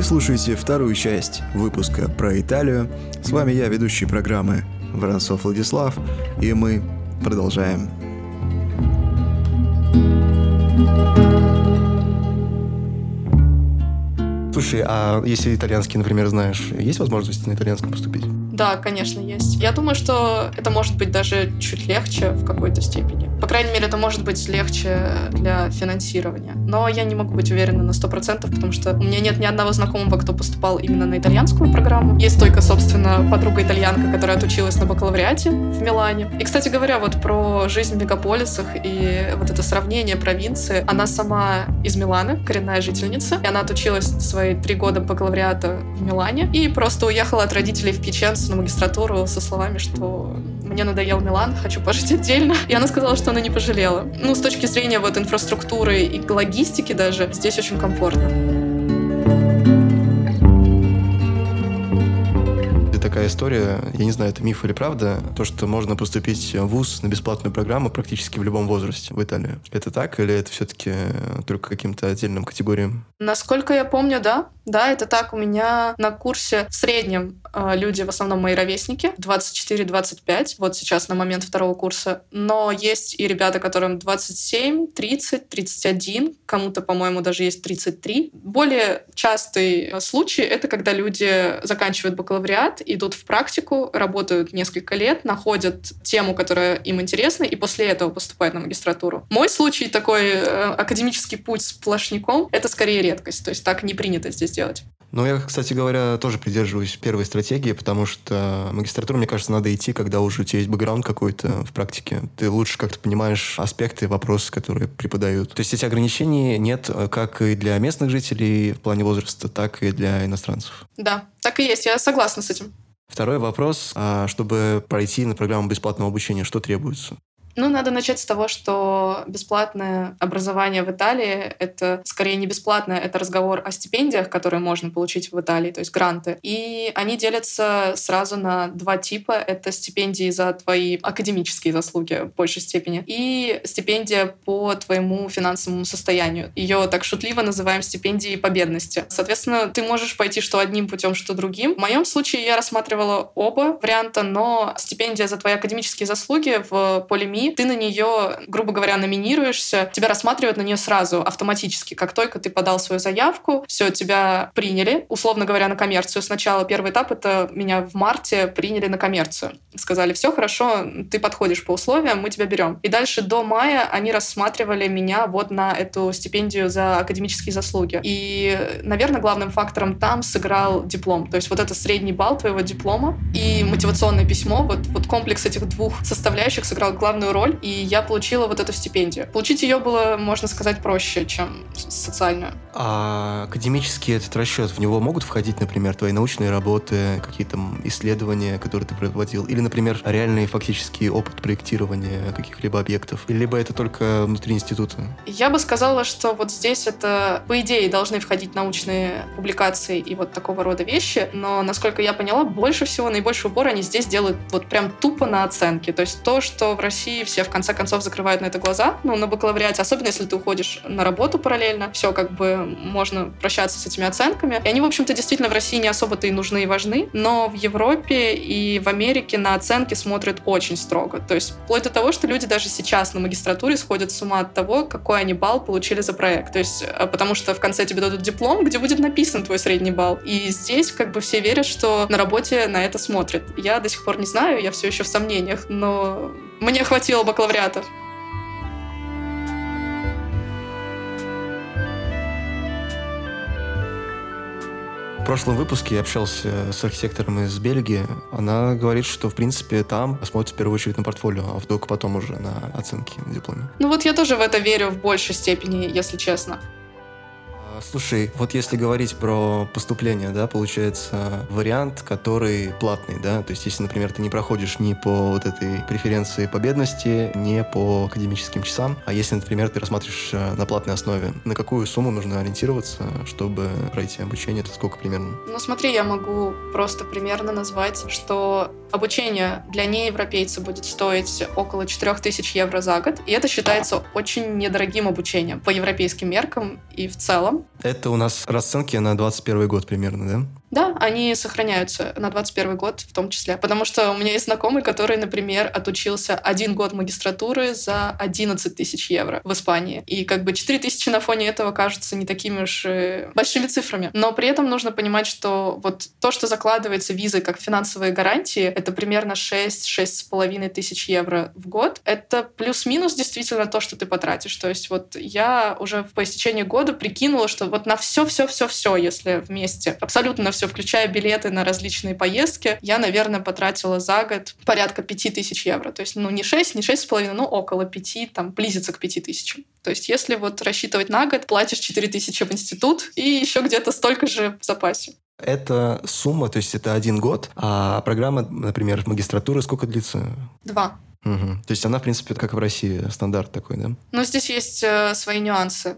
слушаете вторую часть выпуска про Италию. С вами я, ведущий программы Воронцов Владислав, и мы продолжаем. Слушай, а если итальянский, например, знаешь, есть возможность на итальянском поступить? Да, конечно, есть. Я думаю, что это может быть даже чуть легче в какой-то степени. По крайней мере, это может быть легче для финансирования. Но я не могу быть уверена на 100%, потому что у меня нет ни одного знакомого, кто поступал именно на итальянскую программу. Есть только, собственно, подруга-итальянка, которая отучилась на бакалавриате в Милане. И, кстати говоря, вот про жизнь в мегаполисах и вот это сравнение провинции. Она сама из Милана, коренная жительница, и она отучилась свои 3 года бакалавриата в Милане и просто уехала от родителей в Пьяченцу на магистратуру со словами, что мне надоел Милан, хочу пожить отдельно. И она сказала, что она не пожалела. Ну, с точки зрения вот инфраструктуры и логистики даже, здесь очень комфортно. Такая история, я не знаю, это миф или правда, то, что можно поступить в вуз на бесплатную программу практически в любом возрасте в Италию. Это так или это все-таки только каким-то отдельным категориям? Насколько я помню, да. Да, это так. У меня на курсе в среднем люди, в основном мои ровесники, 24-25, вот сейчас на момент второго курса. Но есть и ребята, которым 27, 30, 31, кому-то, по-моему, даже есть 33. Более частый случай — это когда люди заканчивают бакалавриат, идут в практику, работают несколько лет, находят тему, которая им интересна, и после этого поступают на магистратуру. Мой случай, такой академический путь сплошняком, это скорее редкость. То есть так не принято здесь делать. Ну, я, кстати говоря, тоже придерживаюсь первой стратегии, потому что магистратуру, мне кажется, надо идти, когда уже у тебя есть бэкграунд какой-то в практике. Ты лучше как-то понимаешь аспекты, вопросы, которые преподают. То есть эти ограничений нет как и для местных жителей в плане возраста, так и для иностранцев. Да, так и есть. Я согласна с этим. Второй вопрос. Чтобы пройти на программу бесплатного обучения, что требуется? Ну, надо начать с того, что бесплатное образование в Италии — это скорее не бесплатное, это разговор о стипендиях, которые можно получить в Италии, то есть гранты. И они делятся сразу на 2 типа. Это стипендии за твои академические заслуги в большей степени и стипендия по твоему финансовому состоянию. Ее так шутливо называем стипендией по бедности. Соответственно, ты можешь пойти что одним путем, что другим. В моем случае я рассматривала оба варианта, но стипендия за твои академические заслуги в Полеми, ты на нее, грубо говоря, номинируешься, тебя рассматривают на нее сразу, автоматически. Как только ты подал свою заявку, все, тебя приняли, условно говоря, на коммерцию. Сначала первый этап — это меня в марте приняли на коммерцию. Сказали: все хорошо, ты подходишь по условиям, мы тебя берем. И дальше до мая они рассматривали меня вот на эту стипендию за академические заслуги. И, наверное, главным фактором там сыграл диплом. То есть вот это средний балл твоего диплома и мотивационное письмо, вот комплекс этих 2 составляющих сыграл главную роль, и я получила вот эту стипендию. Получить ее было, можно сказать, проще, чем социальную. А академический этот расчет, в него могут входить, например, твои научные работы, какие-то исследования, которые ты проводил, или, например, реальный фактический опыт проектирования каких-либо объектов, либо это только внутри института? Я бы сказала, что вот здесь это, по идее, должны входить научные публикации и вот такого рода вещи, но, насколько я поняла, больше всего, наибольший упор они здесь делают вот прям тупо на оценки. То есть то, что в России все в конце концов закрывают на это глаза, на бакалавриате, особенно если ты уходишь на работу параллельно, все, как бы можно прощаться с этими оценками. И они, в общем-то, действительно в России не особо-то и нужны и важны, но в Европе и в Америке на оценки смотрят очень строго. То есть вплоть до того, что люди даже сейчас на магистратуре сходят с ума от того, какой они балл получили за проект. То есть потому что в конце тебе дадут диплом, где будет написан твой средний балл. И здесь как бы все верят, что на работе на это смотрят. Я до сих пор не знаю, я все еще в сомнениях, но мне хватило бакалавриата. В прошлом выпуске я общался с архитектором из Бельгии. Она говорит, что, в принципе, там смотрят в первую очередь на портфолио, а только потом уже на оценки на дипломе. Ну вот я тоже в это верю в большей степени, если честно. Слушай, вот если говорить про поступление, да, получается вариант, который платный, да, то есть если, например, ты не проходишь ни по вот этой преференции по бедности, ни по академическим часам, а если, например, ты рассматриваешь на платной основе, на какую сумму нужно ориентироваться, чтобы пройти обучение, это сколько примерно? Ну смотри, я могу просто примерно назвать, что Обучение для неевропейца будет стоить около 4000 евро за год, и это считается очень недорогим обучением по европейским меркам и в целом. Это у нас расценки на 21 год примерно, да? Да, они сохраняются на 21 год в том числе. Потому что у меня есть знакомый, который, например, отучился 1 год магистратуры за 11 тысяч евро в Испании. И 4 тысячи на фоне этого кажутся не такими уж большими цифрами. Но при этом нужно понимать, что вот то, что закладывается визой как финансовые гарантии, это примерно 6-6,5 тысяч евро в год. Это плюс-минус действительно то, что ты потратишь. То есть вот я уже по истечении года прикинула, что вот на все, если вместе, абсолютно на все, включая билеты на различные поездки, я, наверное, потратила за год порядка 5000 евро. То есть, не 6, не 6,5, но около 5, близится к 5000. То есть, если вот рассчитывать на год, платишь 4000 в институт и еще где-то столько же в запасе. Это сумма, то есть это 1 год, а программа, например, магистратуры сколько длится? 2. Угу. То есть она, в принципе, как в России, стандарт такой, да? Но здесь есть свои нюансы.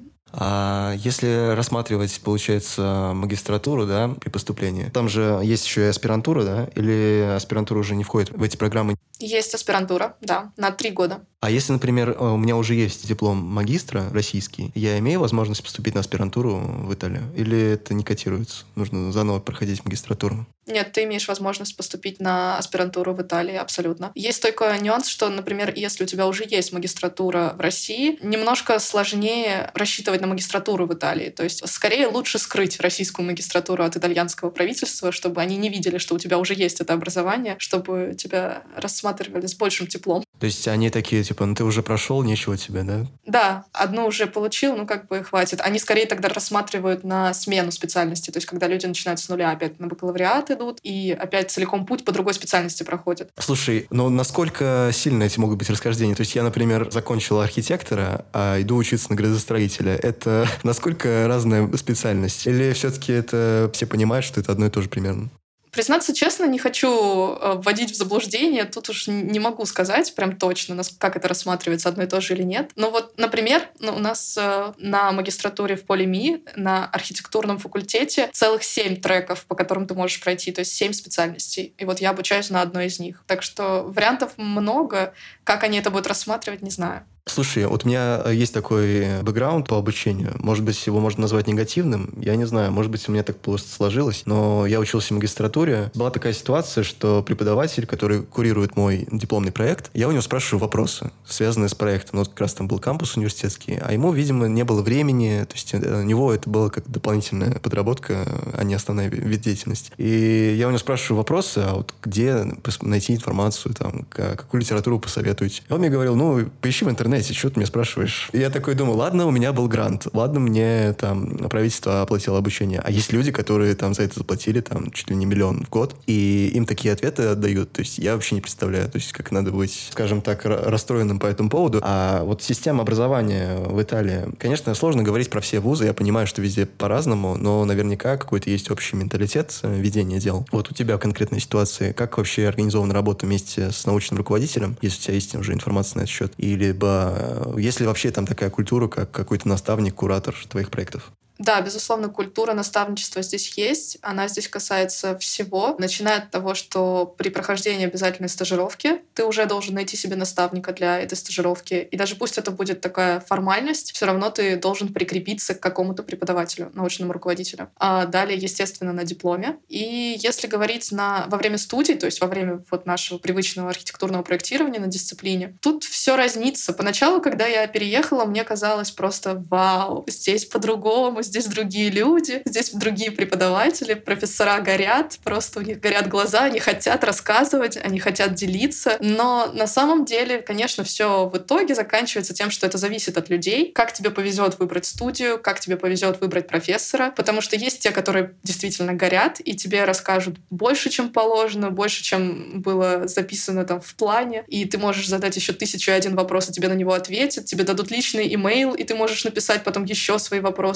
А если рассматривать, получается, магистратуру, да, при поступлении, там же есть еще и аспирантура, да? Или аспирантура уже не входит в эти программы? Есть аспирантура, да, на 3 года. А если, например, у меня уже есть диплом магистра российский, я имею возможность поступить на аспирантуру в Италию? Или это не котируется? Нужно заново проходить магистратуру? Нет, ты имеешь возможность поступить на аспирантуру в Италии, абсолютно. Есть только нюанс, что, например, если у тебя уже есть магистратура в России, немножко сложнее рассчитывать на магистратуру в Италии. То есть, скорее, лучше скрыть российскую магистратуру от итальянского правительства, чтобы они не видели, что у тебя уже есть это образование, чтобы тебя рассматривали с большим теплом. То есть они такие, типа, ты уже прошел, нечего тебе, да? Да, одну уже получил, хватит. Они скорее тогда рассматривают на смену специальности. То есть, когда люди начинают с нуля опять на бакалавриат идут, и опять целиком путь по другой специальности проходят. Слушай, насколько сильно эти могут быть расхождения? То есть я, например, закончил архитектора, а иду учиться на градостроителя. Это насколько разная специальность? Или все-таки это все понимают, что это одно и то же примерно? Признаться честно, не хочу вводить в заблуждение. Тут уж не могу сказать прям точно, как это рассматривается, одно и то же или нет. Но вот, например, у нас на магистратуре в Полими на архитектурном факультете целых 7 треков, по которым ты можешь пройти, то есть 7 специальностей. И вот я обучаюсь на одной из них. Так что вариантов много. Как они это будут рассматривать, не знаю. Слушай, вот у меня есть такой бэкграунд по обучению. Может быть, его можно назвать негативным. Я не знаю, может быть, у меня так просто сложилось. Но я учился в магистратуре. Была такая ситуация, что преподаватель, который курирует мой дипломный проект, я у него спрашиваю вопросы, связанные с проектом. Как раз там был кампус университетский, а ему, видимо, не было времени. То есть у него это было как дополнительная подработка, а не основная вид деятельности. И я у него спрашиваю вопросы, а вот где найти информацию, какую литературу посоветуете? И он мне говорил, поищи в интернете, что ты меня спрашиваешь? И я такой думаю, ладно, у меня был грант, ладно, мне правительство оплатило обучение, а есть люди, которые за это заплатили чуть ли не 1 миллион в год, и им такие ответы отдают, то есть я вообще не представляю, то есть как надо быть, скажем так, расстроенным по этому поводу. А вот система образования в Италии, конечно, сложно говорить про все вузы, я понимаю, что везде по-разному, но наверняка какой-то есть общий менталитет ведения дел. Вот у тебя конкретная ситуация, как вообще организована работа вместе с научным руководителем, если у тебя есть уже информация на этот счет, и либо есть ли вообще там такая культура, как какой-то наставник, куратор твоих проектов? Да, безусловно, культура наставничества здесь есть. Она здесь касается всего. Начиная от того, что при прохождении обязательной стажировки ты уже должен найти себе наставника для этой стажировки. И даже пусть это будет такая формальность, все равно ты должен прикрепиться к какому-то преподавателю, научному руководителю. А далее, естественно, на дипломе. И если говорить во время студий, то есть во время нашего привычного архитектурного проектирования на дисциплине, тут все разнится. Поначалу, когда я переехала, мне казалось просто вау, здесь по-другому, здесь другие люди, здесь другие преподаватели, профессора горят, просто у них горят глаза, они хотят рассказывать, они хотят делиться. Но на самом деле, конечно, все в итоге заканчивается тем, что это зависит от людей, как тебе повезет выбрать студию, как тебе повезет выбрать профессора, потому что есть те, которые действительно горят, и тебе расскажут больше, чем положено, больше, чем было записано в плане, и ты можешь задать еще 1001 вопрос, и тебе на него ответят, тебе дадут личный имейл, и ты можешь написать потом еще свои вопросы и тоже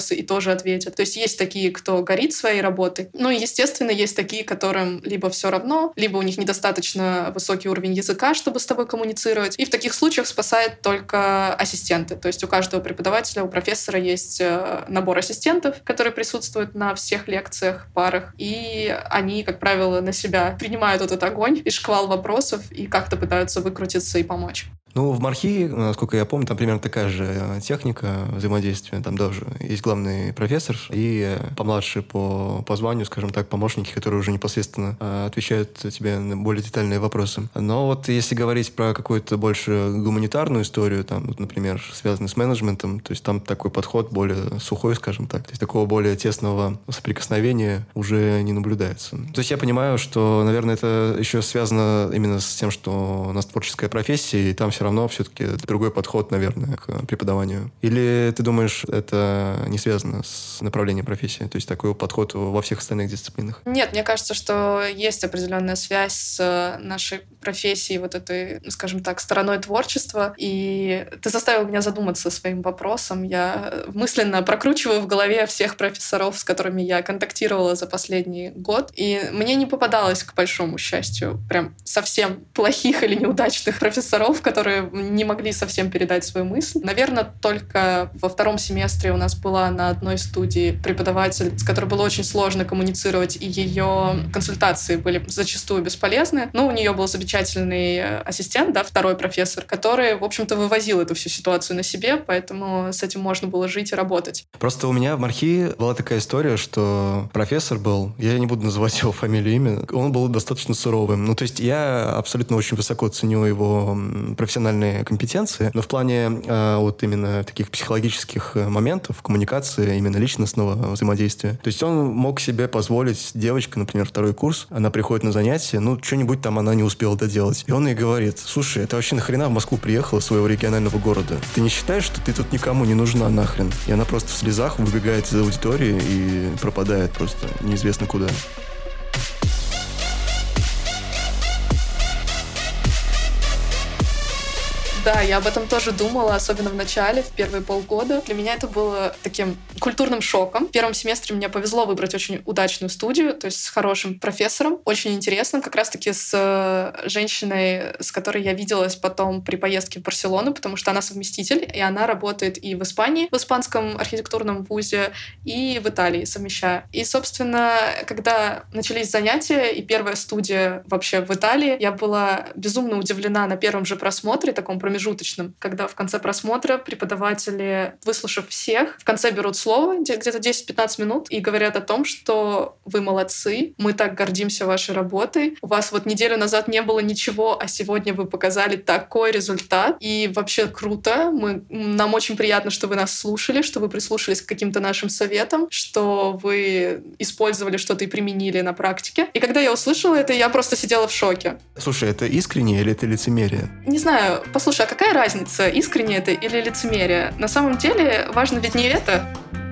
тоже ответит. То есть есть такие, кто горит своей работой. Ну и, естественно, есть такие, которым либо все равно, либо у них недостаточно высокий уровень языка, чтобы с тобой коммуницировать. И в таких случаях спасает только ассистенты. То есть у каждого преподавателя, у профессора есть набор ассистентов, которые присутствуют на всех лекциях, парах. И они, как правило, на себя принимают этот огонь и шквал вопросов и как-то пытаются выкрутиться и помочь. Ну, в Мархи, насколько я помню, там примерно такая же техника взаимодействия. Там тоже есть главный профессор и помладше по званию, скажем так, помощники, которые уже непосредственно отвечают тебе на более детальные вопросы. Но вот если говорить про какую-то больше гуманитарную историю, там, вот, например, связанную с менеджментом, то есть там такой подход более сухой, скажем так. То есть такого более тесного соприкосновения уже не наблюдается. То есть я понимаю, что, наверное, это еще связано именно с тем, что у нас творческая профессия, и там все равно все-таки другой подход, наверное, к преподаванию. Или ты думаешь, это не связано с направлением профессии? То есть такой подход во всех остальных дисциплинах? Нет, мне кажется, что есть определенная связь с нашей профессией, вот этой, скажем так, стороной творчества. И ты заставил меня задуматься своим вопросом. Я мысленно прокручиваю в голове всех профессоров, с которыми я контактировала за последний год. И мне не попадалось, к большому счастью, прям совсем плохих или неудачных профессоров, которые не могли совсем передать свою мысль. Наверное, только во втором семестре у нас была на одной студии преподаватель, с которой было очень сложно коммуницировать, и ее консультации были зачастую бесполезны. Но у нее был замечательный ассистент, да, второй профессор, который, в общем-то, вывозил эту всю ситуацию на себе, поэтому с этим можно было жить и работать. Просто у меня в Мархи была такая история, что профессор был, я не буду называть его фамилию, имя, он был достаточно суровым. Ну, то есть я абсолютно очень высоко ценю его профессиональные компетенции, но в плане вот именно таких психологических моментов, коммуникации, именно личностного взаимодействия. То есть он мог себе позволить, девочка, например, второй курс, она приходит на занятия, ну, что-нибудь там она не успела доделать. И он ей говорит: слушай, это вообще нахрена в Москву приехала, своего регионального города? Ты не считаешь, что ты тут никому не нужна нахрен? И она просто в слезах выбегает из аудитории и пропадает просто неизвестно куда. Да, я об этом тоже думала, особенно в начале, в первые полгода. Для меня это было таким культурным шоком. В первом семестре мне повезло выбрать очень удачную студию, то есть с хорошим профессором, очень интересным, как раз-таки с женщиной, с которой я виделась потом при поездке в Барселону, потому что она совместитель, и она работает и в Испании, в испанском архитектурном вузе, и в Италии, совмещая. И, собственно, когда начались занятия, и первая студия вообще в Италии, я была безумно удивлена на первом же просмотре, таком промежуточном, когда в конце просмотра преподаватели, выслушав всех, в конце берут слово, где-то 10-15 минут, и говорят о том, что вы молодцы, мы так гордимся вашей работой, у вас вот неделю назад не было ничего, а сегодня вы показали такой результат, и вообще круто, нам очень приятно, что вы нас слушали, что вы прислушались к каким-то нашим советам, что вы использовали что-то и применили на практике. И когда я услышала это, я просто сидела в шоке. Слушай, это искренне или это лицемерие? Не знаю, послушай, а какая разница, искренне это или лицемерие? На самом деле важно ведь не это.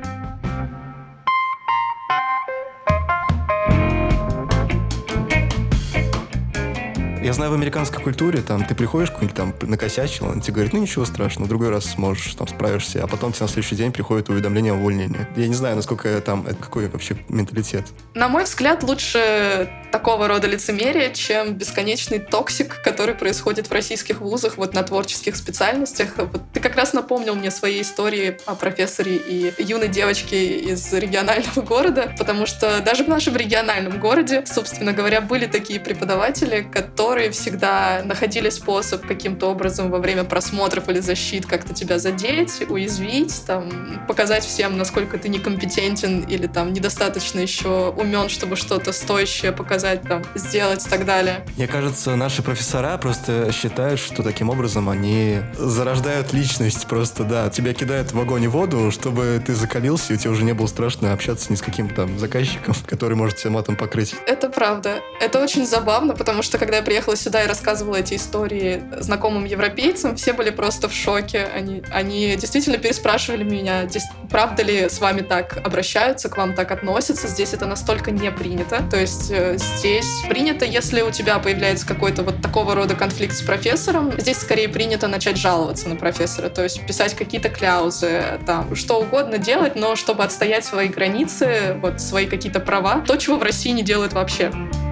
Я знаю, в американской культуре, там, ты приходишь, какой-нибудь там накосячил, он тебе говорит: ну ничего страшного, в другой раз сможешь, там, справишься, а потом тебе на следующий день приходит уведомление о увольнении. Я не знаю, насколько там, какой вообще менталитет. На мой взгляд, лучше такого рода лицемерие, чем бесконечный токсик, который происходит в российских вузах, вот на творческих специальностях. Вот ты как раз напомнил мне свои истории о профессоре и юной девочке из регионального города, потому что даже в нашем региональном городе, собственно говоря, были такие преподаватели, которые всегда находили способ каким-то образом во время просмотров или защит как-то тебя задеть, уязвить, там, показать всем, насколько ты некомпетентен или там недостаточно еще умен, чтобы что-то стоящее показать, там, сделать и так далее. Мне кажется, наши профессора просто считают, что таким образом они зарождают личность просто, да. Тебя кидают в огонь и воду, чтобы ты закалился, и у тебя уже не было страшно общаться ни с каким там заказчиком, который может тебя матом покрыть. Это правда. Это очень забавно, потому что когда я приехала приехала сюда и рассказывала эти истории знакомым европейцам, все были просто в шоке. Они действительно переспрашивали меня, правда ли с вами так обращаются, к вам так относятся. Здесь это настолько не принято. То есть здесь принято, если у тебя появляется какой-то вот такого рода конфликт с профессором, здесь скорее принято начать жаловаться на профессора, то есть писать какие-то кляузы, там, что угодно делать, но чтобы отстоять свои границы, вот свои какие-то права, то, чего в России не делают вообще.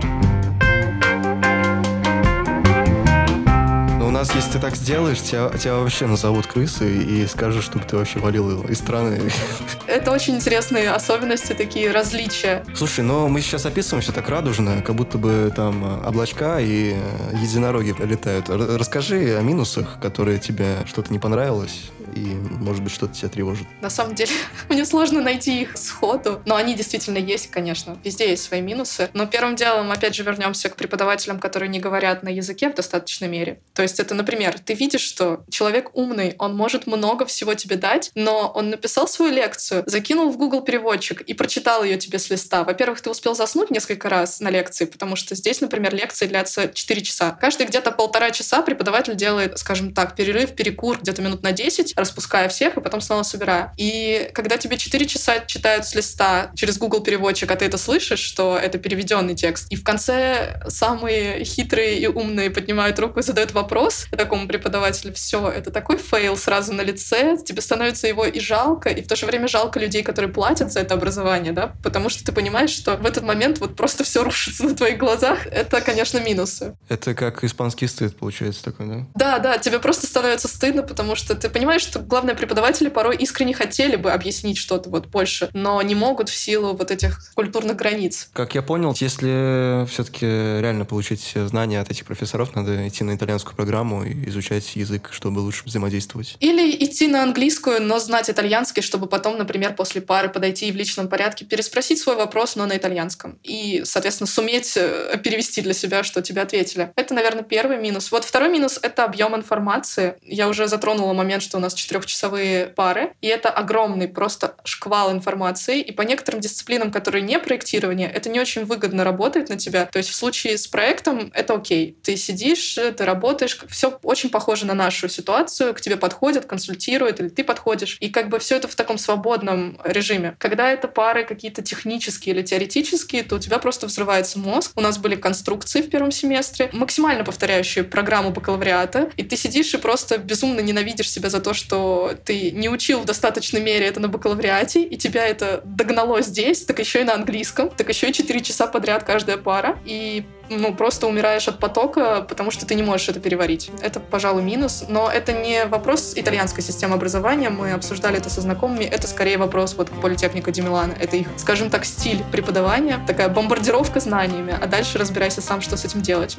У нас, если ты так сделаешь, тебя вообще назовут крысой и скажут, чтобы ты вообще валил из страны. Это очень интересные особенности, такие различия. Слушай, но мы сейчас описываем все так радужно, как будто бы там облачка и единороги летают. Расскажи о минусах, которые тебе что-то не понравилось и, может быть, что-то тебя тревожит. На самом деле, мне сложно найти их сходу, но они действительно есть, конечно. Везде есть свои минусы. Но первым делом, опять же, вернемся к преподавателям, которые не говорят на языке в достаточной мере. То есть это, например, ты видишь, что человек умный, он может много всего тебе дать, но он написал свою лекцию, закинул в Google переводчик и прочитал ее тебе с листа. Во-первых, ты успел заснуть несколько раз на лекции, потому что здесь, например, лекции длятся 4 часа. Каждые где-то 1,5 часа преподаватель делает, скажем так, перерыв, перекур где-то минут на 10, распуская всех и потом снова собирая. И когда тебе 4 часа читают с листа через Google переводчик, а ты это слышишь, что это переведенный текст, и в конце самые хитрые и умные поднимают руку и задают вопрос такому преподавателю, все, это такой фейл сразу на лице, тебе становится его и жалко, и в то же время жалко людей, которые платят за это образование, да, потому что ты понимаешь, что в этот момент вот просто все рушится на твоих глазах. Это, конечно, минусы. Это как испанский стыд, получается, такой, да? Да, тебе просто становится стыдно, потому что ты понимаешь, что главное, преподаватели порой искренне хотели бы объяснить что-то вот больше, но не могут в силу вот этих культурных границ. Как я понял, если все-таки реально получить знания от этих профессоров, надо идти на итальянскую программу и изучать язык, чтобы лучше взаимодействовать. Или идти на английскую, но знать итальянский, чтобы потом, например, после пары подойти и в личном порядке переспросить свой вопрос, но на итальянском. И, соответственно, суметь перевести для себя, что тебе ответили. Это, наверное, первый минус. Вот второй минус — это объем информации. Я уже затронула момент, что у нас 4-часовые пары, и это огромный просто шквал информации. И по некоторым дисциплинам, которые не проектирование, это не очень выгодно работает на тебя. То есть в случае с проектом это окей. Ты сидишь, ты работаешь, все очень похоже на нашу ситуацию, к тебе подходят, консультируют, или ты подходишь. И как бы все это в таком свободном режиме. Когда это пары какие-то технические или теоретические, то у тебя просто взрывается мозг. У нас были конструкции в первом семестре, максимально повторяющие программу бакалавриата, и ты сидишь и просто безумно ненавидишь себя за то, что ты не учил в достаточной мере это на бакалавриате, и тебя это догнало здесь, так еще и на английском, так еще и 4 часа подряд каждая пара, и просто умираешь от потока, потому что ты не можешь это переварить. Это, пожалуй, минус. Но это не вопрос итальянской системы образования. Мы обсуждали это со знакомыми. Это скорее вопрос вот Политехника ди Милано. Это их, скажем так, стиль преподавания. Такая бомбардировка знаниями. А дальше разбирайся сам, что с этим делать.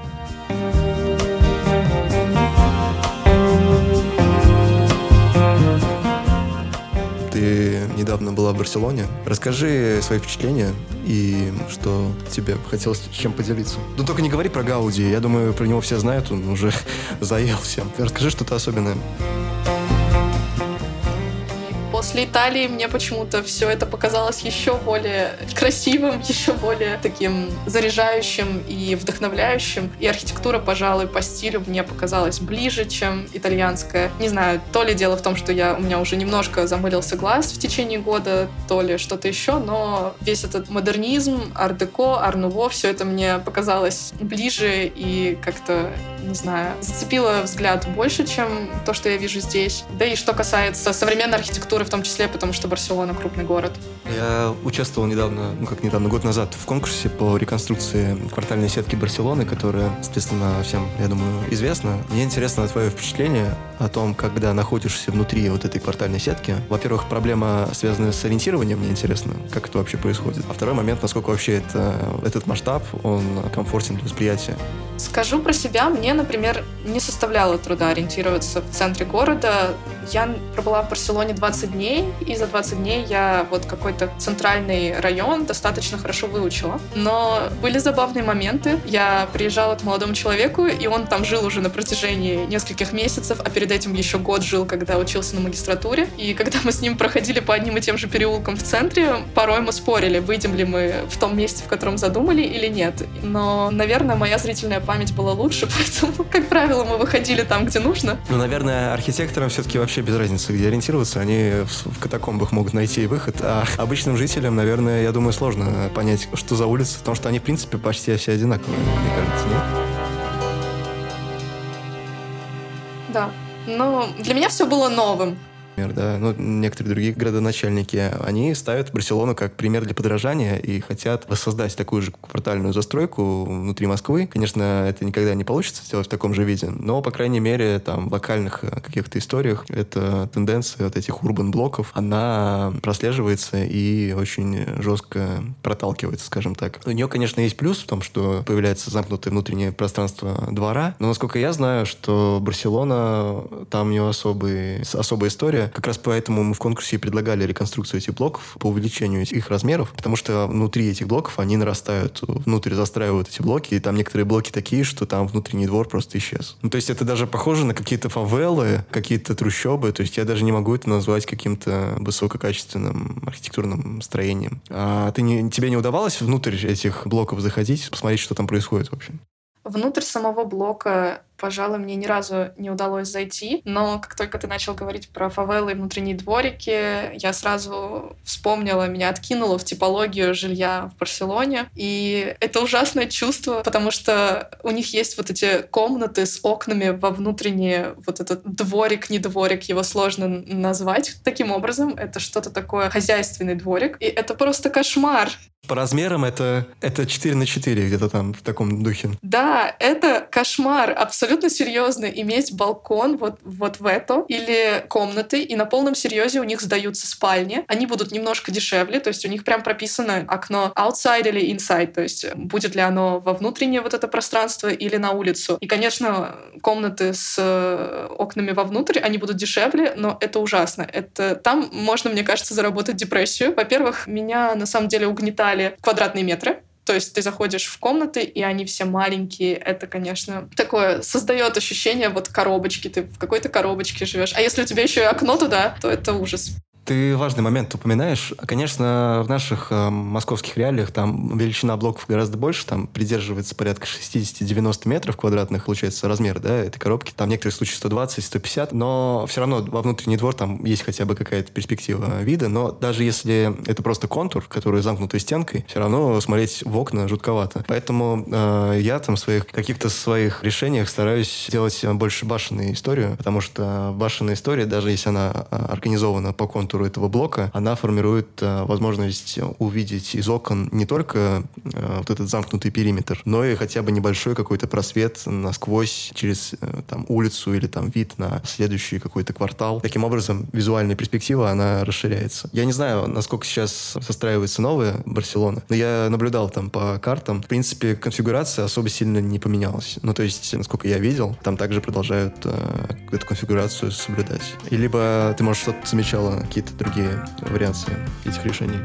Ты недавно была в Барселоне. Расскажи свои впечатления и что тебе хотелось чем поделиться. Ну, только не говори про Гауди. Я думаю, про него все знают, он уже заел всем. Расскажи что-то особенное. После Италии мне почему-то все это показалось еще более красивым, еще более таким заряжающим и вдохновляющим. И архитектура, пожалуй, по стилю мне показалась ближе, чем итальянская. Не знаю, то ли дело в том, что у меня уже немножко замылился глаз в течение года, то ли что-то еще, но весь этот модернизм, ар-деко, ар-нуво, все это мне показалось ближе и как-то, не знаю, зацепило взгляд больше, чем то, что я вижу здесь. Да и что касается современной архитектуры в том числе, потому что Барселона — крупный город. Я участвовал недавно, год назад, в конкурсе по реконструкции квартальной сетки Барселоны, которая, соответственно, всем, я думаю, известна. Мне интересно твое впечатление о том, когда находишься внутри вот этой квартальной сетки. Во-первых, проблема, связанная с ориентированием, мне интересно, как это вообще происходит. А второй момент, насколько вообще этот масштаб, он комфортен для восприятия. Скажу про себя, мне мне, например, не составляло труда ориентироваться в центре города. Я пробыла в Барселоне 20 дней, и за 20 дней я вот какой-то центральный район достаточно хорошо выучила. Но были забавные моменты. Я приезжала к молодому человеку, и он там жил уже на протяжении нескольких месяцев, а перед этим еще год жил, когда учился на магистратуре. И когда мы с ним проходили по одним и тем же переулкам в центре, порой мы спорили, выйдем ли мы в том месте, в котором задумали, или нет. Но, наверное, моя зрительная память была лучше, поэтому, как правило, мы выходили там, где нужно. Ну, наверное, архитекторам все-таки вообще без разницы, где ориентироваться. Они в катакомбах могут найти выход, а обычным жителям, наверное, я думаю, сложно понять, что за улица, потому что они, в принципе, почти все одинаковые, мне кажется, нет? Да. Но для меня все было новым. Да, ну, некоторые другие градоначальники, они ставят Барселону как пример для подражания и хотят воссоздать такую же квартальную застройку внутри Москвы. Конечно, это никогда не получится сделать в таком же виде, но, по крайней мере, там, в локальных каких-то историях эта тенденция вот этих урбан-блоков, она прослеживается и очень жестко проталкивается, скажем так. У нее, конечно, есть плюс в том, что появляется замкнутое внутреннее пространство двора, но, насколько я знаю, что Барселона, там у нее особая история. Как раз поэтому мы в конкурсе и предлагали реконструкцию этих блоков по увеличению их размеров, потому что внутри этих блоков они нарастают, внутрь застраивают эти блоки, и там некоторые блоки такие, что там внутренний двор просто исчез. Ну, то есть это даже похоже на какие-то фавелы, какие-то трущобы, то есть я даже не могу это назвать каким-то высококачественным архитектурным строением. А тебе не удавалось внутрь этих блоков заходить, посмотреть, что там происходит вообще? Внутрь самого блока, пожалуй, мне ни разу не удалось зайти, но как только ты начал говорить про фавелы и внутренние дворики, я сразу вспомнила, меня откинуло в типологию жилья в Барселоне, и это ужасное чувство, потому что у них есть вот эти комнаты с окнами во внутренние, вот этот дворик, не дворик, его сложно назвать таким образом, это что-то такое хозяйственный дворик, и это просто кошмар. По размерам это 4x4 где-то там в таком духе. Да, это кошмар. Абсолютно серьезно иметь балкон вот в это или комнаты, и на полном серьезе у них сдаются спальни. Они будут немножко дешевле, то есть у них прям прописано окно outside или inside, то есть будет ли оно во внутреннее вот это пространство или на улицу. И, конечно, комнаты с окнами вовнутрь, они будут дешевле, но это ужасно. Там можно, мне кажется, заработать депрессию. Во-первых, меня на самом деле угнетали квадратные метры. То есть ты заходишь в комнаты, и они все маленькие. Это, конечно, такое создает ощущение вот коробочки. Ты в какой-то коробочке живешь. А если у тебя еще и окно туда, то это ужас. Ты важный момент упоминаешь. Конечно, в наших московских реалиях там величина блоков гораздо больше, там придерживается порядка 60-90 метров квадратных, получается, размер, да, этой коробки. Там в некоторых случаях 120-150, но все равно во внутренний двор там есть хотя бы какая-то перспектива вида, но даже если это просто контур, который замкнутый стенкой, все равно смотреть в окна жутковато. Поэтому я там в каких-то своих решениях стараюсь делать больше башенную историю, потому что башенная история, даже если она организована по контуру этого блока, она формирует возможность увидеть из окон не только вот этот замкнутый периметр, но и хотя бы небольшой какой-то просвет насквозь через там улицу или там вид на следующий какой-то квартал. Таким образом, визуальная перспектива, она расширяется. Я не знаю, насколько сейчас состраивается новая Барселона, но я наблюдал там по картам. В принципе, конфигурация особо сильно не поменялась. Ну, то есть, насколько я видел, там также продолжают эту конфигурацию соблюдать. И либо ты, может, что-то замечала, какие-то другие вариации этих решений.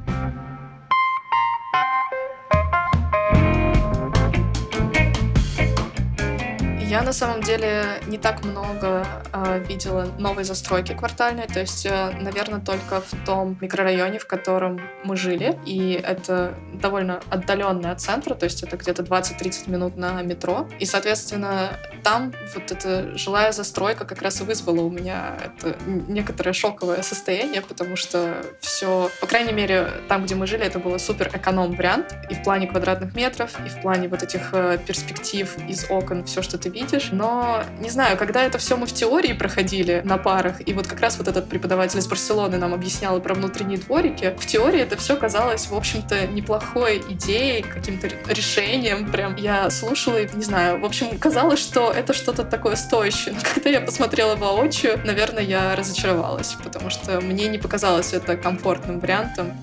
Я на самом деле не так много видела новой застройки квартальной, то есть, наверное, только в том микрорайоне, в котором мы жили, и это довольно отдаленный от центра, то есть это где-то 20-30 минут на метро, и, соответственно, там вот эта жилая застройка как раз и вызвала у меня это некоторое шоковое состояние, потому что все, по крайней мере, там, где мы жили, это было супер эконом-вариант, и в плане квадратных метров, и в плане вот этих перспектив из окон, все, что ты видишь. Но, не знаю, когда это все мы в теории проходили на парах, и вот как раз вот этот преподаватель из Барселоны нам объяснял про внутренние дворики, в теории это все казалось, в общем-то, неплохой идеей, каким-то решением. Прям я слушала и, не знаю, в общем, казалось, что это что-то такое стоящее. Но когда я посмотрела воочию, наверное, я разочаровалась, потому что мне не показалось это комфортным вариантом.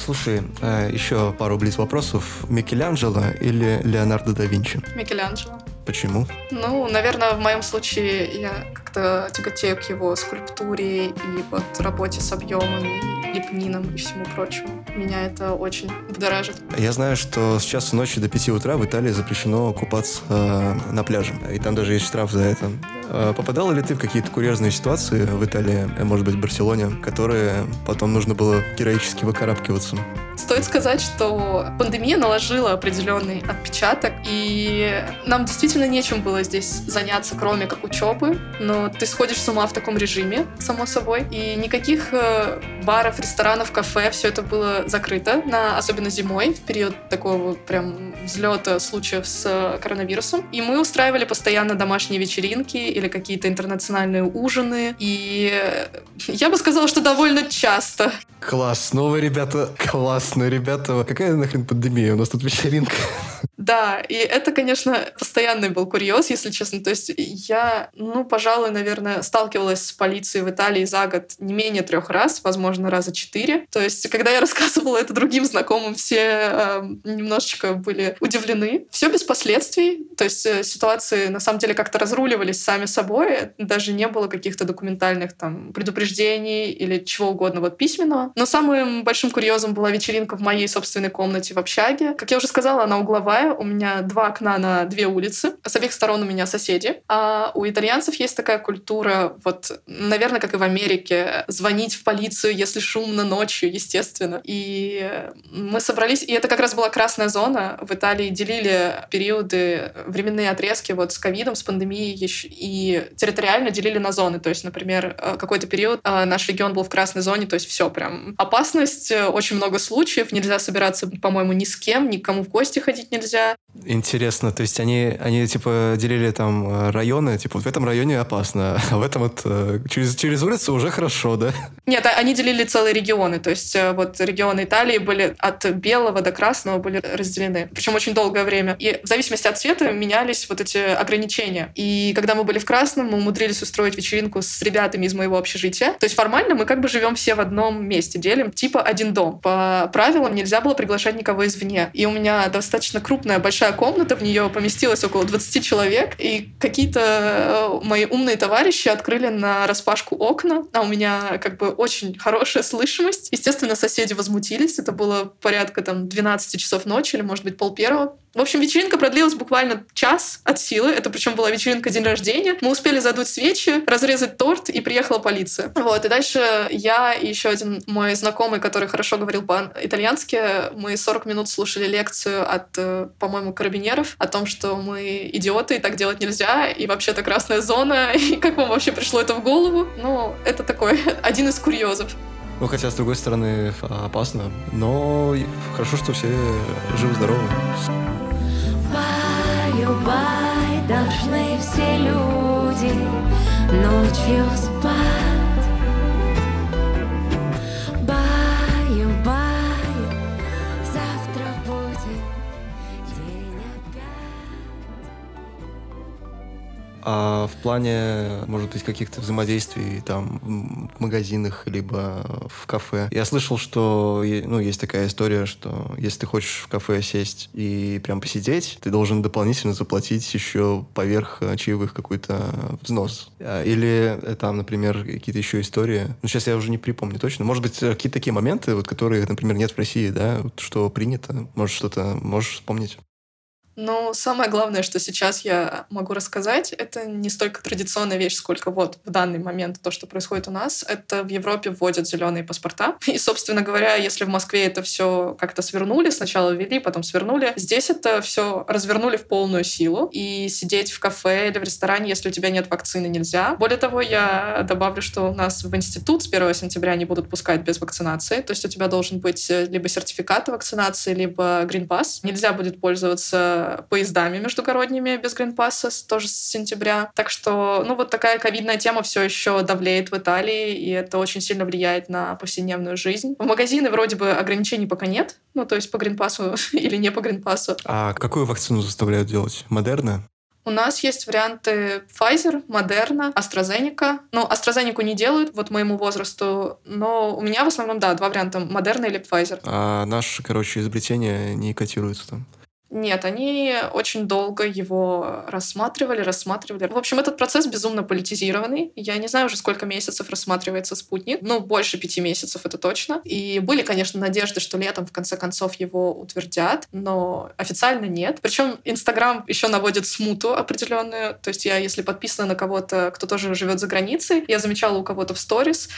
Слушай, еще пару блиц-вопросов. Микеланджело или Леонардо да Винчи? Микеланджело. Почему? Ну, наверное, в моем случае я как-то тяготею к его скульптуре и вот работе с объемами, лепнином и всему прочему. Меня это очень будоражит. Я знаю, что с часу ночи до 5 утра в Италии запрещено купаться на пляже. И там даже есть штраф за это. Попадала ли ты в какие-то курьезные ситуации в Италии, может быть, в Барселоне, которые потом нужно было героически выкарабкиваться? Стоит сказать, что пандемия наложила определенный отпечаток, и нам действительно нечем было здесь заняться, кроме как учебы. Но ты сходишь с ума в таком режиме, само собой. И никаких баров, ресторанов, кафе, все это было закрыто, особенно зимой, в период такого прям взлета случаев с коронавирусом. И мы устраивали постоянно домашние вечеринки или какие-то интернациональные ужины. И я бы сказала, что довольно часто. Класс, новые ребята, классные ребята. Какая нахрен пандемия? У нас тут вечеринка. Да, и это, конечно, постоянный был курьез, если честно. То есть я, пожалуй, наверное, сталкивалась с полицией в Италии за год не менее 3 раз, возможно, раза 4. То есть когда я рассказывала это другим знакомым, все немножечко были удивлены. Все без последствий. То есть ситуации, на самом деле, как-то разруливались сами собой. Даже не было каких-то документальных там предупреждений или чего угодно вот письменного. Но самым большим курьезом была вечеринка в моей собственной комнате в общаге. Как я уже сказала, она угловая. У меня 2 окна на 2 улицы. С обеих сторон у меня соседи. А у итальянцев есть такая культура, вот, наверное, как и в Америке, звонить в полицию, если шумно ночью, естественно. И мы собрались, и это как раз была красная зона. В Италии делили периоды, временные отрезки вот с ковидом, с пандемией и территориально делили на зоны. То есть, например, какой-то период наш регион был в красной зоне, то есть все прям опасность, очень много случаев, нельзя собираться, по-моему, ни с кем, никому в гости ходить нельзя. Интересно, то есть они типа делили там районы, типа в этом районе опасно, а в этом вот через улицу уже хорошо, да? Нет, они делили целые регионы, то есть вот регионы Италии были от белого до красного были разделены, причем очень долгое время. И в зависимости от цвета менялись вот эти ограничения. И когда мы были в красном, мы умудрились устроить вечеринку с ребятами из моего общежития. То есть формально мы как бы живем все в одном месте, делим типа один дом. По правилам нельзя было приглашать никого извне. И у меня достаточно крупная, большая комната, в нее поместилось около 20 человек, и какие-то мои умные товарищи открыли нараспашку окна, а у меня как бы очень хорошая слышимость. Естественно, соседи возмутились, это было порядка там 12 часов ночи или, может быть, 12:30. В общем, вечеринка продлилась буквально час от силы. Это причем была вечеринка день рождения. Мы успели задуть свечи, разрезать торт, и приехала полиция. Вот, и дальше я и еще один мой знакомый, который хорошо говорил по-итальянски, мы 40 минут слушали лекцию от, по-моему, карабинеров о том, что мы идиоты, и так делать нельзя, и вообще-то красная зона, и как вам вообще пришло это в голову? Ну, это такой один из курьезов. Ну, хотя, с другой стороны, опасно, но хорошо, что все живы-здоровы. Бай, должны все люди ночью спать. Баю, завтра будет день опять. А в плане, может быть, каких-то взаимодействий там в магазинах либо в кафе. Я слышал, что есть такая история, что если ты хочешь в кафе сесть и прям посидеть, ты должен дополнительно заплатить еще поверх чаевых какой-то взнос. Или там, например, какие-то еще истории. Ну, сейчас я уже не припомню точно. Может быть, какие-то такие моменты, вот, которых, например, нет в России, да, вот, что принято. Может, что-то можешь вспомнить? Но самое главное, что сейчас я могу рассказать, это не столько традиционная вещь, сколько вот в данный момент то, что происходит у нас. Это в Европе вводят зеленые паспорта. И, собственно говоря, если в Москве это все как-то свернули, сначала ввели, потом свернули, здесь это все развернули в полную силу. И сидеть в кафе или в ресторане, если у тебя нет вакцины, нельзя. Более того, я добавлю, что у нас в институт с 1 сентября не будут пускать без вакцинации. То есть у тебя должен быть либо сертификат вакцинации, либо грин-пасс. Нельзя будет пользоваться поездами междугородними без грин-пасса тоже с сентября. Так что, вот такая ковидная тема все еще давлеет в Италии, и это очень сильно влияет на повседневную жизнь. В магазины вроде бы ограничений пока нет, то есть по грин-пассу или не по грин-пассу. А какую вакцину заставляют делать? Модерна? У нас есть варианты Pfizer, Moderna, AstraZeneca. Ну, AstraZeneca не делают вот моему возрасту, но у меня в основном, да, 2 варианта: Moderna или Pfizer. А наши, изобретения не котируются там. Нет, они очень долго его рассматривали. В общем, этот процесс безумно политизированный. Я не знаю уже, сколько месяцев рассматривается спутник. Ну, больше 5 месяцев, это точно. И были, конечно, надежды, что летом, в конце концов, его утвердят, но официально нет. Причем Инстаграм еще наводит смуту определенную. То есть я, если подписана на кого-то, кто тоже живет за границей, я замечала у кого-то в сторис,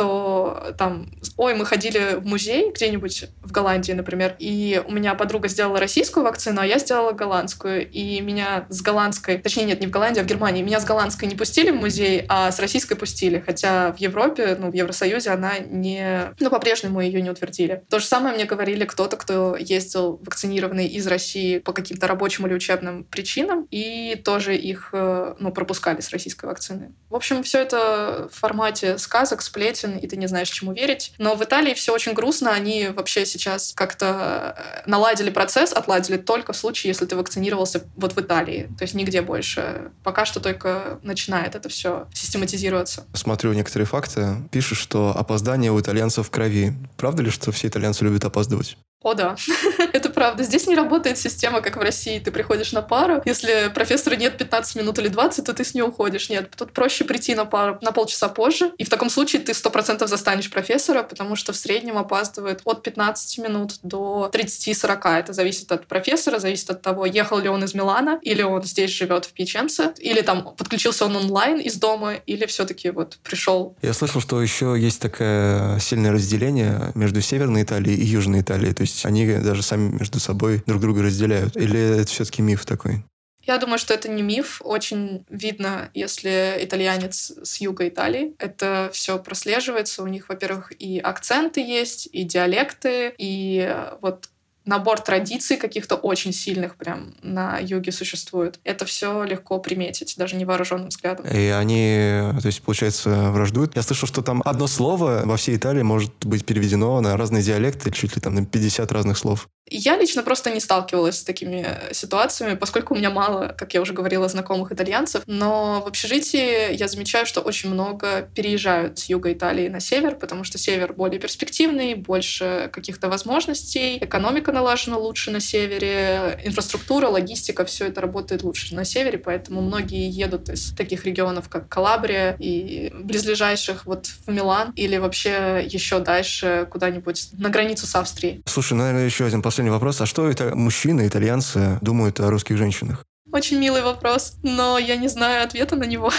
что там, ой, мы ходили в музей где-нибудь в Голландии, например, и у меня подруга сделала российскую вакцину, а я сделала голландскую. И меня с голландской... Точнее, нет, не в Голландии, а в Германии. Меня с голландской не пустили в музей, а с российской пустили. Хотя в Европе, в Евросоюзе она не... по-прежнему ее не утвердили. То же самое мне говорили кто-то, кто ездил вакцинированный из России по каким-то рабочим или учебным причинам, и тоже их, пропускали с российской вакцины. В общем, все это в формате сказок, сплетен, и ты не знаешь, чему верить. Но в Италии все очень грустно. Они вообще сейчас как-то наладили процесс, отладили только в случае, если ты вакцинировался вот в Италии. То есть нигде больше. Пока что только начинает это все систематизироваться. Смотрю некоторые факты. Пишут, что опоздание у итальянцев в крови. Правда ли, что все итальянцы любят опаздывать? О, да, это правда. Здесь не работает система, как в России. Ты приходишь на пару, если профессора нет 15 минут или 20, то ты с ней уходишь. Нет, тут проще прийти на пару на полчаса позже, и в таком случае ты 100% застанешь профессора, потому что в среднем опаздывает от 15 минут до 30-40. Это зависит от профессора, зависит от того, ехал ли он из Милана, или он здесь живет в Пьяченце, или там подключился он онлайн из дома, или все-таки вот пришел. Я слышал, что еще есть такое сильное разделение между Северной Италией и Южной Италией. То есть они даже сами между собой друг друга разделяют. Или это все-таки миф такой? Я думаю, что это не миф. Очень видно, если итальянец с юга Италии. Это все прослеживается. У них, во-первых, и акценты есть, и диалекты, и вот набор традиций каких-то очень сильных прям на юге существует. Это все легко приметить, даже невооруженным взглядом. И они, то есть, получается, враждуют. Я слышал, что там одно слово во всей Италии может быть переведено на разные диалекты, чуть ли там на 50 разных слов. Я лично просто не сталкивалась с такими ситуациями, поскольку у меня мало, как я уже говорила, знакомых итальянцев. Но в общежитии я замечаю, что очень много переезжают с юга Италии на север, потому что север более перспективный, больше каких-то возможностей, экономика налажена лучше на севере, инфраструктура, логистика, все это работает лучше на севере, поэтому многие едут из таких регионов, как Калабрия и близлежащих вот в Милан или вообще еще дальше куда-нибудь на границу с Австрией. Слушай, наверное, еще один последний вопрос. А что это мужчины, итальянцы, думают о русских женщинах? Очень милый вопрос, но я не знаю ответа на него.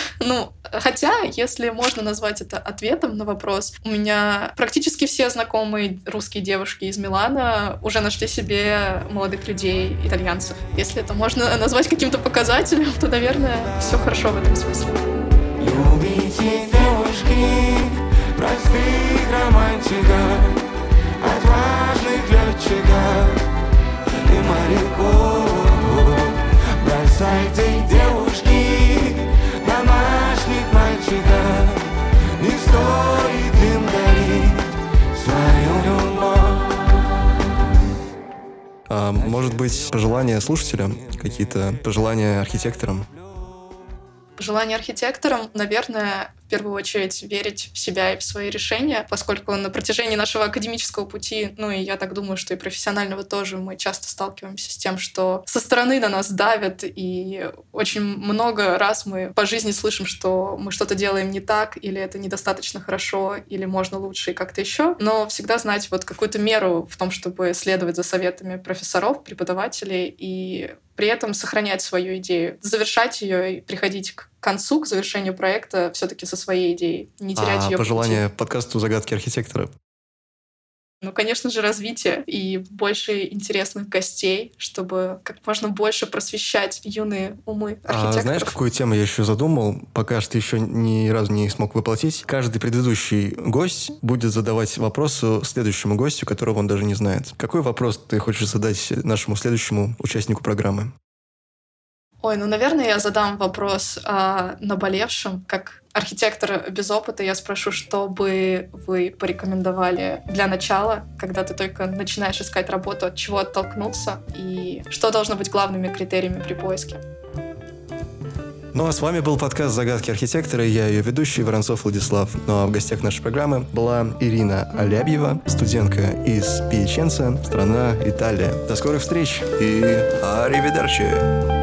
Хотя, если можно назвать это ответом на вопрос, у меня практически все знакомые русские девушки из Милана уже нашли себе молодых людей, итальянцев. Если это можно назвать каким-то показателем, то, наверное, все хорошо в этом смысле. Любите девушки, простых романтиков, отважных летчиков и моряков. Бросайте, девушки, домашних мальчиков, не стоит им дарить свою любовь. А может быть, пожелания слушателям? Какие-то пожелания архитекторам? Желание архитекторам, наверное, в первую очередь верить в себя и в свои решения, поскольку на протяжении нашего академического пути, и я так думаю, что и профессионального тоже, мы часто сталкиваемся с тем, что со стороны на нас давят, и очень много раз мы по жизни слышим, что мы что-то делаем не так, или это недостаточно хорошо, или можно лучше и как-то еще. Но всегда знать вот какую-то меру в том, чтобы следовать за советами профессоров, преподавателей и при этом сохранять свою идею, завершать ее и приходить к концу, к завершению проекта все-таки со своей идеей, не терять ее. Пожелание подкасту «Загадки архитектора»? Конечно же, развитие и больше интересных гостей, чтобы как можно больше просвещать юные умы архитекторов. Знаешь, какую тему я еще задумал? Пока что еще ни разу не смог воплотить. Каждый предыдущий гость будет задавать вопросы следующему гостю, которого он даже не знает. Какой вопрос ты хочешь задать нашему следующему участнику программы? Наверное, я задам вопрос о наболевшем. Как архитектор без опыта я спрошу, что бы вы порекомендовали для начала, когда ты только начинаешь искать работу, от чего оттолкнуться и что должно быть главными критериями при поиске? Ну а с вами был подкаст «Загадки архитектора», я ее ведущий, Воронцов Владислав. Ну а в гостях нашей программы была Ирина Алябьева, студентка из Пьяченца, страна Италия. До скорых встреч и аривидерчи!